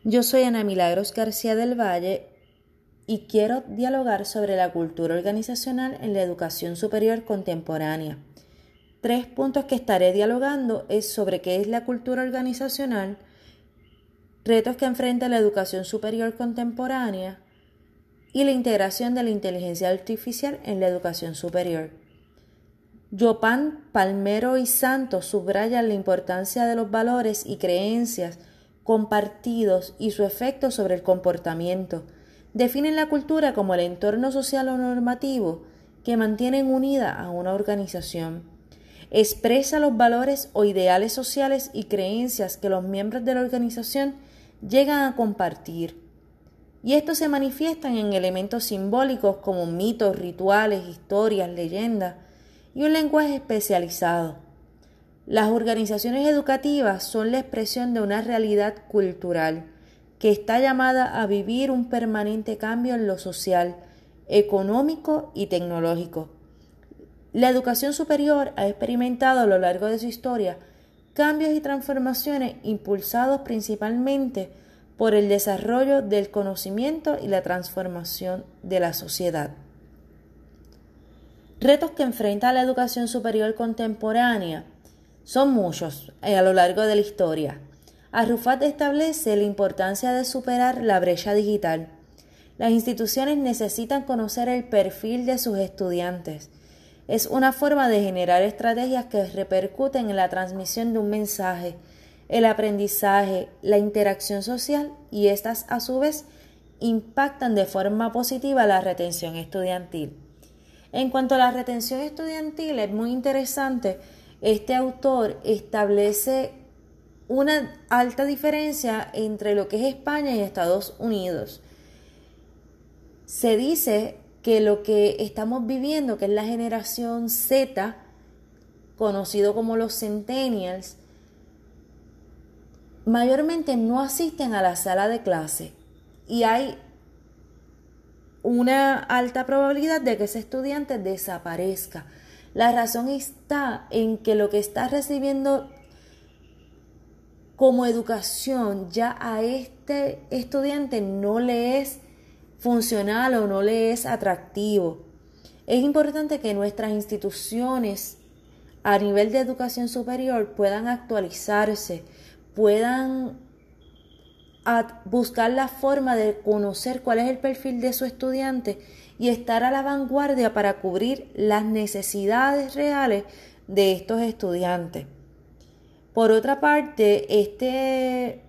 Yo soy Ana Milagros García del Valle y quiero dialogar sobre la cultura organizacional en la educación superior contemporánea. 3 puntos que estaré dialogando es sobre qué es la cultura organizacional, retos que enfrenta la educación superior contemporánea y la integración de la inteligencia artificial en la educación superior. Jopan, Palmero y Santos subrayan la importancia de los valores y creencias compartidos y su efecto sobre el comportamiento. Definen la cultura como el entorno social o normativo que mantienen unida a una organización. Expresa los valores o ideales sociales y creencias que los miembros de la organización llegan a compartir. Y estos se manifiestan en elementos simbólicos como mitos, rituales, historias, leyendas y un lenguaje especializado. Las organizaciones educativas son la expresión de una realidad cultural que está llamada a vivir un permanente cambio en lo social, económico y tecnológico. La educación superior ha experimentado a lo largo de su historia cambios y transformaciones impulsados principalmente por el desarrollo del conocimiento y la transformación de la sociedad. Retos que enfrenta la educación superior contemporánea son muchos a lo largo de la historia. Arrufat establece la importancia de superar la brecha digital. Las instituciones necesitan conocer el perfil de sus estudiantes. Es una forma de generar estrategias que repercuten en la transmisión de un mensaje, el aprendizaje, la interacción social y estas a su vez impactan de forma positiva la retención estudiantil. En cuanto a la retención estudiantil, es muy interesante. Este autor establece una alta diferencia entre lo que es España y Estados Unidos. Se dice que lo que estamos viviendo, que es la generación Z, conocido como los centennials, mayormente no asisten a la sala de clase y hay una alta probabilidad de que ese estudiante desaparezca. La razón está en que lo que está recibiendo como educación ya a este estudiante no le es funcional o no le es atractivo. Es importante que nuestras instituciones a nivel de educación superior puedan actualizarse, puedan buscar la forma de conocer cuál es el perfil de su estudiante y estar a la vanguardia para cubrir las necesidades reales de estos estudiantes. Por otra parte, este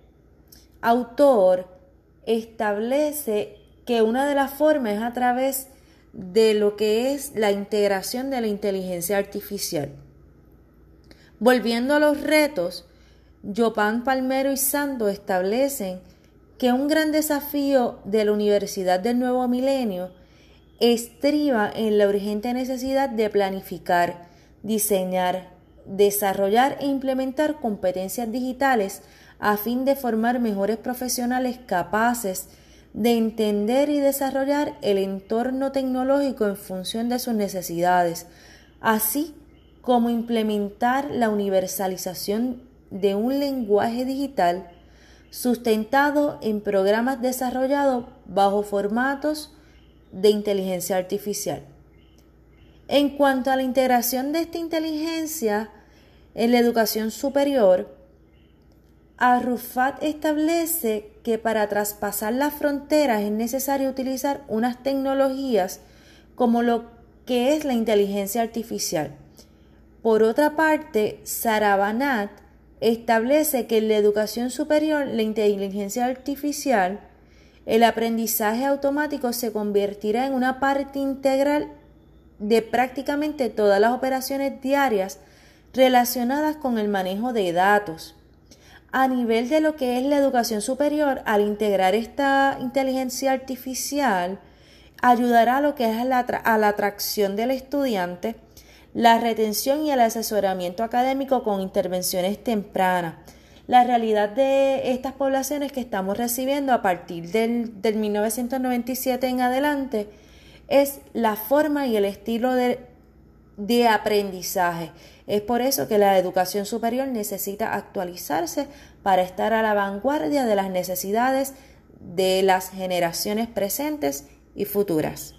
autor establece que una de las formas es a través de lo que es la integración de la inteligencia artificial. Volviendo a los retos, Jopan, Palmero y Santos establecen que un gran desafío de la Universidad del Nuevo Milenio estriba en la urgente necesidad de planificar, diseñar, desarrollar e implementar competencias digitales a fin de formar mejores profesionales capaces de entender y desarrollar el entorno tecnológico en función de sus necesidades, así como implementar la universalización de un lenguaje digital sustentado en programas desarrollados bajo formatos de inteligencia artificial. En cuanto a la integración de esta inteligencia en la educación superior, Arrufat establece que para traspasar las fronteras es necesario utilizar unas tecnologías como lo que es la inteligencia artificial. Por otra parte, Saravanat establece que en la educación superior la inteligencia artificial, el aprendizaje automático se convertirá en una parte integral de prácticamente todas las operaciones diarias relacionadas con el manejo de datos. A nivel de lo que es la educación superior, al integrar esta inteligencia artificial, ayudará a lo que es a la atracción del estudiante, la retención y el asesoramiento académico con intervenciones tempranas. La realidad de estas poblaciones que estamos recibiendo a partir del 1997 en adelante es la forma y el estilo de de aprendizaje. Es por eso que la educación superior necesita actualizarse para estar a la vanguardia de las necesidades de las generaciones presentes y futuras.